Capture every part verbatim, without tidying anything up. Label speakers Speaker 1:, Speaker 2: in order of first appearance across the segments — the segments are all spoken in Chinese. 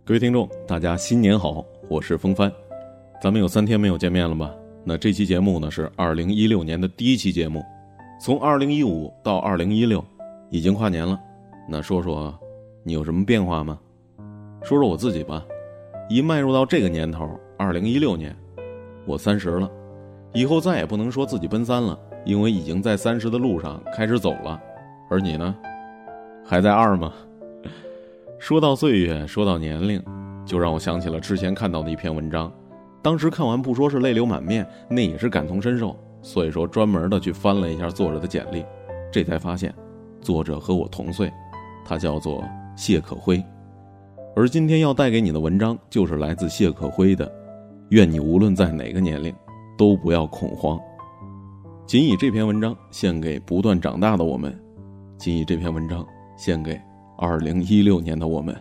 Speaker 1: 各位听众，大家新年好，我是风帆。咱们有三天没有见面了吧？那这期节目呢是二零一六年的第一期节目，从二零一五到二零一六，已经跨年了。那说说你有什么变化吗？说说我自己吧，一迈入到这个年头，二零一六年，我三十了，以后再也不能说自己奔三了，因为已经在三十的路上开始走了。而你呢？还在二吗？说到岁月，说到年龄，就让我想起了之前看到的一篇文章。当时看完不说是泪流满面，那也是感同身受，所以说专门的去翻了一下作者的简历，这才发现作者和我同岁，他叫做谢可辉。而今天要带给你的文章就是来自谢可辉的，愿你无论在哪个年龄都不要恐慌。仅以这篇文章献给不断长大的我们，仅以这篇文章献给二零一六年的我们。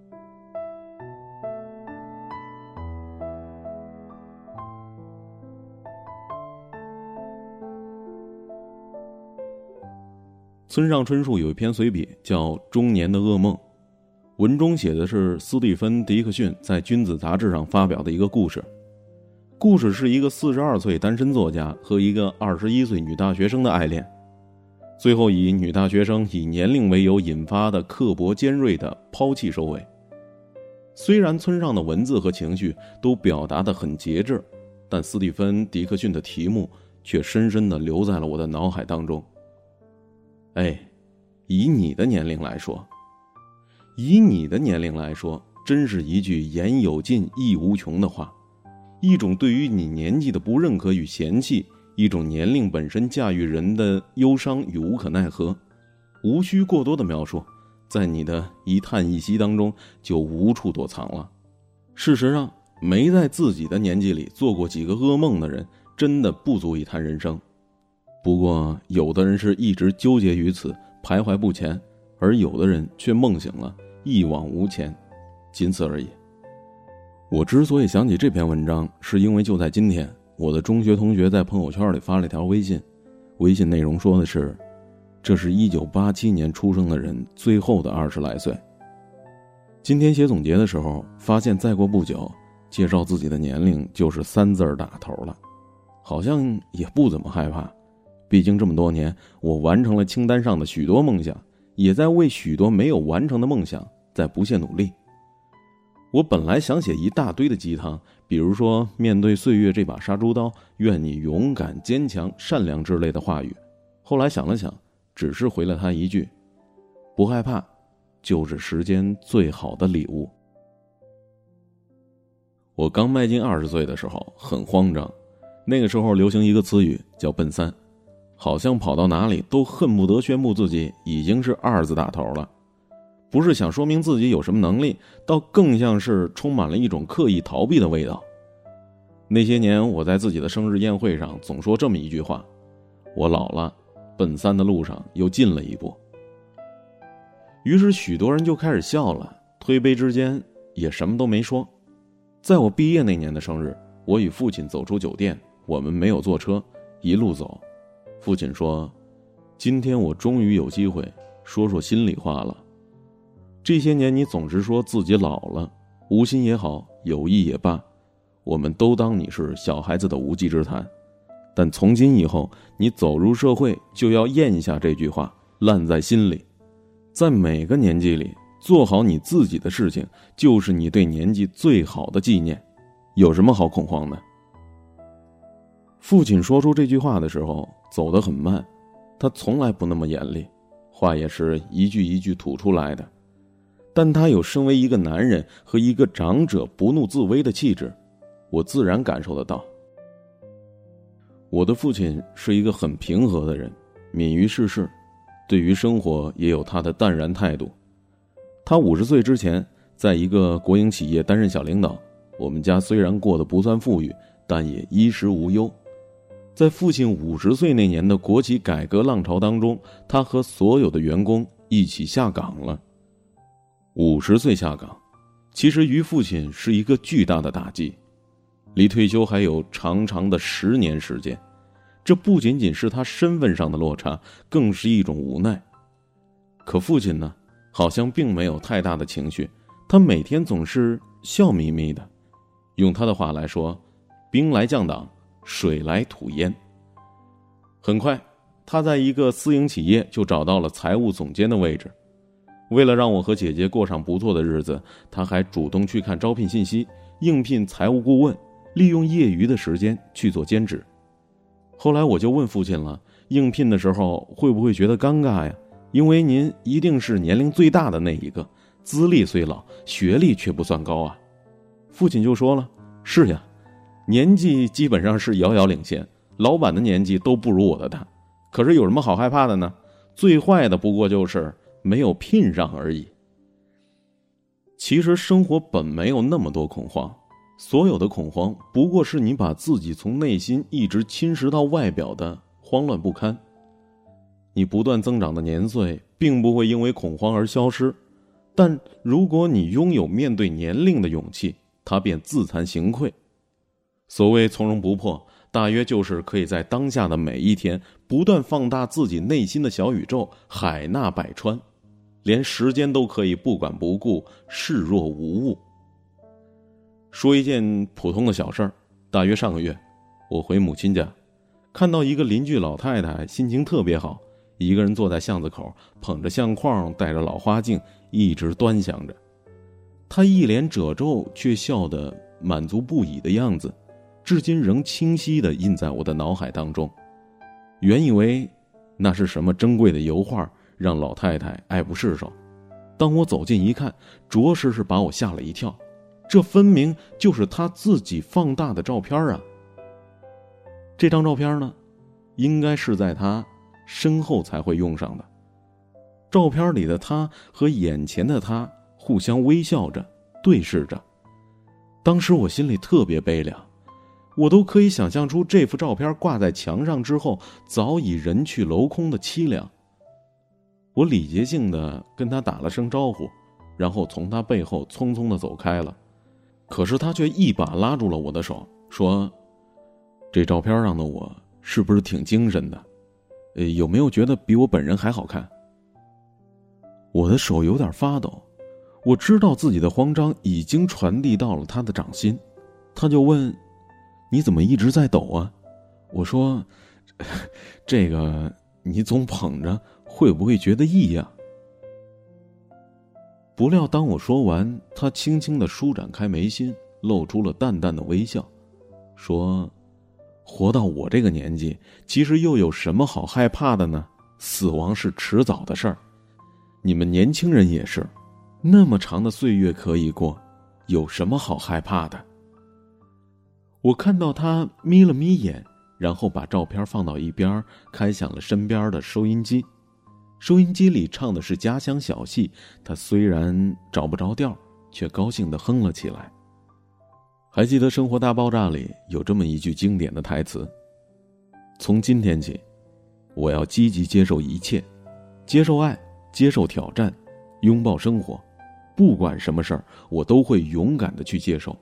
Speaker 1: 村上春树有一篇随笔叫《中年的噩梦》，文中写的是斯蒂芬·迪克逊在《君子》杂志上发表的一个故事。故事是一个四十二岁单身作家和一个二十一岁女大学生的爱恋，最后以女大学生以年龄为由引发的刻薄尖锐的抛弃收尾。虽然村上的文字和情绪都表达得很节制，但斯蒂芬·迪克逊的题目却深深地留在了我的脑海当中。哎，以你的年龄来说，以你的年龄来说，真是一句言有尽意无穷的话，一种对于你年纪的不认可与嫌弃，一种年龄本身驾驭人的忧伤与无可奈何，无需过多的描述，在你的一叹一息当中就无处躲藏了。事实上，没在自己的年纪里做过几个噩梦的人，真的不足以谈人生。不过有的人是一直纠结于此，徘徊不前，而有的人却梦醒了，一往无前，仅此而已。我之所以想起这篇文章，是因为就在今天，我的中学同学在朋友圈里发了一条微信，微信内容说的是，这是一九八七年出生的人最后的二十来岁。今天写总结的时候，发现再过不久，介绍自己的年龄就是三字打头了，好像也不怎么害怕。毕竟这么多年，我完成了清单上的许多梦想，也在为许多没有完成的梦想在不懈努力。我本来想写一大堆的鸡汤，比如说面对岁月这把杀猪刀，愿你勇敢坚强善良之类的话语，后来想了想，只是回了他一句，不害怕就是时间最好的礼物。我刚迈进二十岁的时候很慌张，那个时候流行一个词语叫奔三，好像跑到哪里都恨不得宣布自己已经是二字打头了，不是想说明自己有什么能力，倒更像是充满了一种刻意逃避的味道。那些年我在自己的生日宴会上总说这么一句话，我老了，奔三的路上又近了一步。于是许多人就开始笑了，推杯之间也什么都没说。在我毕业那年的生日，我与父亲走出酒店，我们没有坐车，一路走。父亲说，今天我终于有机会说说心里话了。这些年你总是说自己老了，无心也好，有意也罢，我们都当你是小孩子的无稽之谈。但从今以后，你走入社会就要咽下这句话，烂在心里。在每个年纪里，做好你自己的事情，就是你对年纪最好的纪念。有什么好恐慌的？父亲说出这句话的时候走得很慢，他从来不那么严厉，话也是一句一句吐出来的，但他有身为一个男人和一个长者不怒自威的气质，我自然感受得到。我的父亲是一个很平和的人，敏于世事，对于生活也有他的淡然态度。他五十岁之前在一个国营企业担任小领导，我们家虽然过得不算富裕，但也衣食无忧。在父亲五十岁那年的国企改革浪潮当中，他和所有的员工一起下岗了。五十岁下岗，其实于父亲是一个巨大的打击，离退休还有长长的十年时间。这不仅仅是他身份上的落差，更是一种无奈。可父亲呢，好像并没有太大的情绪， 他每天总是笑眯眯的。用他的话来说，兵来将挡，水来土掩。很快，他在一个私营企业就找到了财务总监的位置。为了让我和姐姐过上不错的日子，他还主动去看招聘信息，应聘财务顾问，利用业余的时间去做兼职。后来我就问父亲了，应聘的时候会不会觉得尴尬呀？因为您一定是年龄最大的那一个，资历虽老，学历却不算高啊。父亲就说了，是呀，年纪基本上是遥遥领先，老板的年纪都不如我的大，可是有什么好害怕的呢？最坏的不过就是没有聘上而已。其实生活本没有那么多恐慌，所有的恐慌不过是你把自己从内心一直侵蚀到外表的慌乱不堪。你不断增长的年岁并不会因为恐慌而消失，但如果你拥有面对年龄的勇气，它便自惭形愧。所谓从容不迫，大约就是可以在当下的每一天不断放大自己内心的小宇宙，海纳百川，连时间都可以不管不顾，视若无物。说一件普通的小事儿，大约上个月，我回母亲家，看到一个邻居老太太心情特别好，一个人坐在巷子口，捧着相框，戴着老花镜，一直端详着。她一脸褶皱却笑得满足不已的样子，至今仍清晰地印在我的脑海当中。原以为那是什么珍贵的油画，让老太太爱不释手，当我走近一看，着实是把我吓了一跳，这分明就是她自己放大的照片啊！这张照片呢，应该是在她身后才会用上的。照片里的她和眼前的她互相微笑着，对视着。当时我心里特别悲凉，我都可以想象出这幅照片挂在墙上之后，早已人去楼空的凄凉。我礼节性的跟他打了声招呼，然后从他背后匆匆的走开了。可是他却一把拉住了我的手，说：“这照片上的我是不是挺精神的？呃，有没有觉得比我本人还好看？”我的手有点发抖，我知道自己的慌张已经传递到了他的掌心。他就问：“你怎么一直在抖啊？”我说：“这个你总捧着，会不会觉得异样？”不料当我说完，他轻轻地舒展开眉心，露出了淡淡的微笑，说：“活到我这个年纪，其实又有什么好害怕的呢？死亡是迟早的事儿，你们年轻人也是，那么长的岁月可以过，有什么好害怕的？”我看到他眯了眯眼，然后把照片放到一边，开响了身边的收音机。收音机里唱的是家乡小戏，他虽然找不着调，却高兴地哼了起来。还记得《生活大爆炸》里有这么一句经典的台词：“从今天起，我要积极接受一切，接受爱，接受挑战，拥抱生活，不管什么事儿，我都会勇敢地去接受。”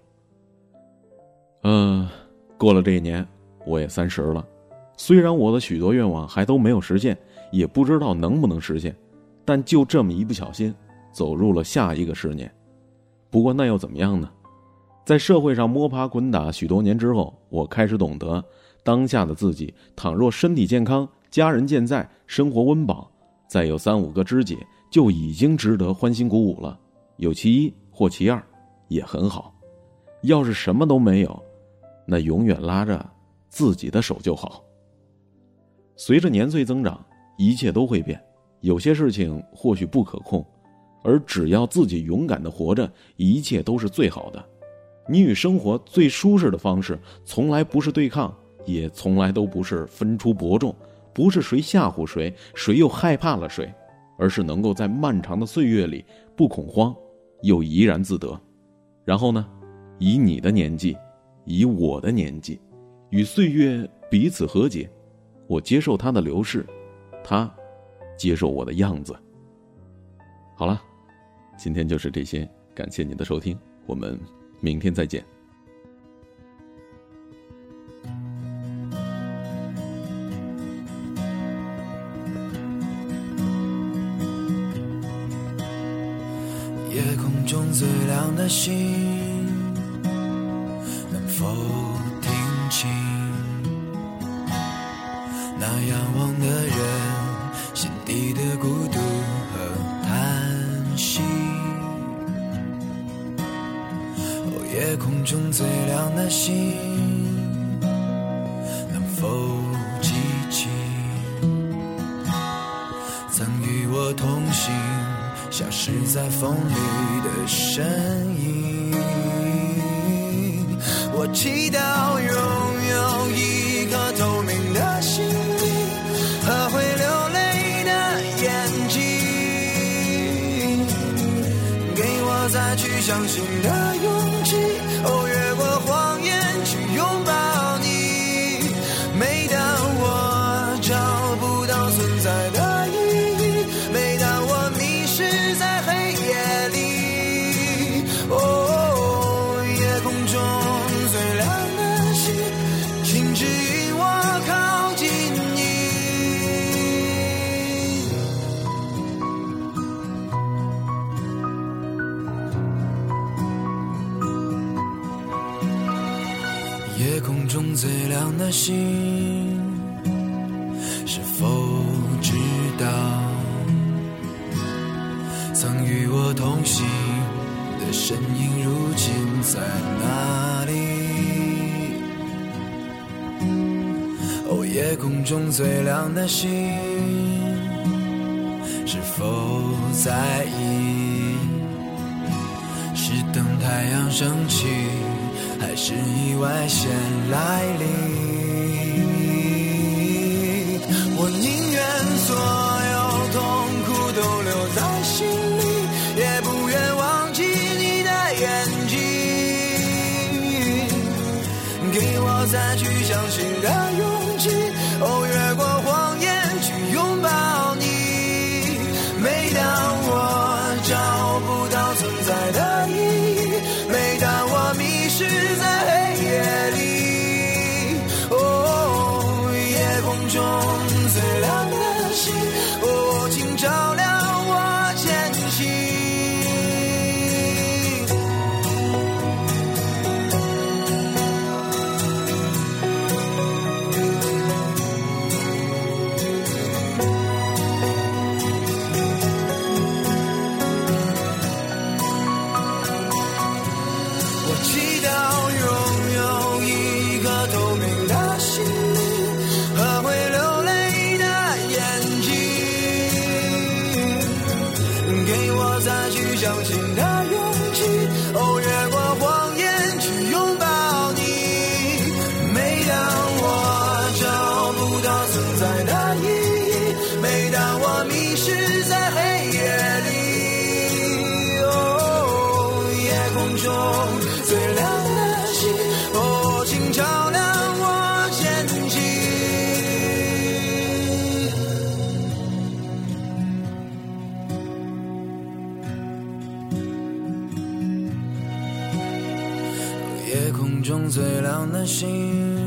Speaker 1: 呃，过了这一年，我也三十了。虽然我的许多愿望还都没有实现，也不知道能不能实现，但就这么一不小心，走入了下一个十年。不过那又怎么样呢？在社会上摸爬滚打许多年之后，我开始懂得，当下的自己倘若身体健康，家人健在，生活温饱，再有三五个知己，就已经值得欢欣鼓舞了。有其一或其二也很好，要是什么都没有，那永远拉着自己的手就好。随着年岁增长，一切都会变，有些事情或许不可控，而只要自己勇敢地活着，一切都是最好的。你与生活最舒适的方式，从来不是对抗，也从来都不是分出伯仲，不是谁吓唬谁，谁又害怕了谁，而是能够在漫长的岁月里不恐慌，又怡然自得。然后呢，以你的年纪，以我的年纪，与岁月彼此和解。我接受它的流逝，它接受我的样子。好了，今天就是这些，感谢你的收听，我们明天再见。
Speaker 2: 夜空中最亮的星，能否听清那仰望的人心底的孤独和叹息？哦，夜空中最亮的星，能否记起曾与我同行消失在风里的身影？我祈祷拥有一颗透明的心灵和会流泪的眼睛，给我再去相信的勇气，哦，越过谎言去拥抱你。每当我找不到存在的意义，每当我迷失在黑夜里，哦，夜空中最亮的星，请指引我靠近你。夜空中最亮的星，是否知道曾与我同行的身影如今在哪里？哦，夜空中最亮的星，是否在意是等太阳升起，还是意外先来临？我宁愿所有痛苦都留在心里，也不愿忘记你的眼睛，给我再去相信的勇气，哦，越过谎言去拥抱你。每当我找不到存在的意义，每当我迷失在黑夜里，哦，夜空中最亮的星，哦，请照亮我前行。我祈祷拥有一颗透明的心灵和会流泪的眼睛，给我再去相信的勇气，哦，越过谎言去拥抱你。每当我找不到存在的意义，每当我迷失在黑夜里，哦，夜空中最亮的星，哦，请照亮我前行。夜空中最亮的星，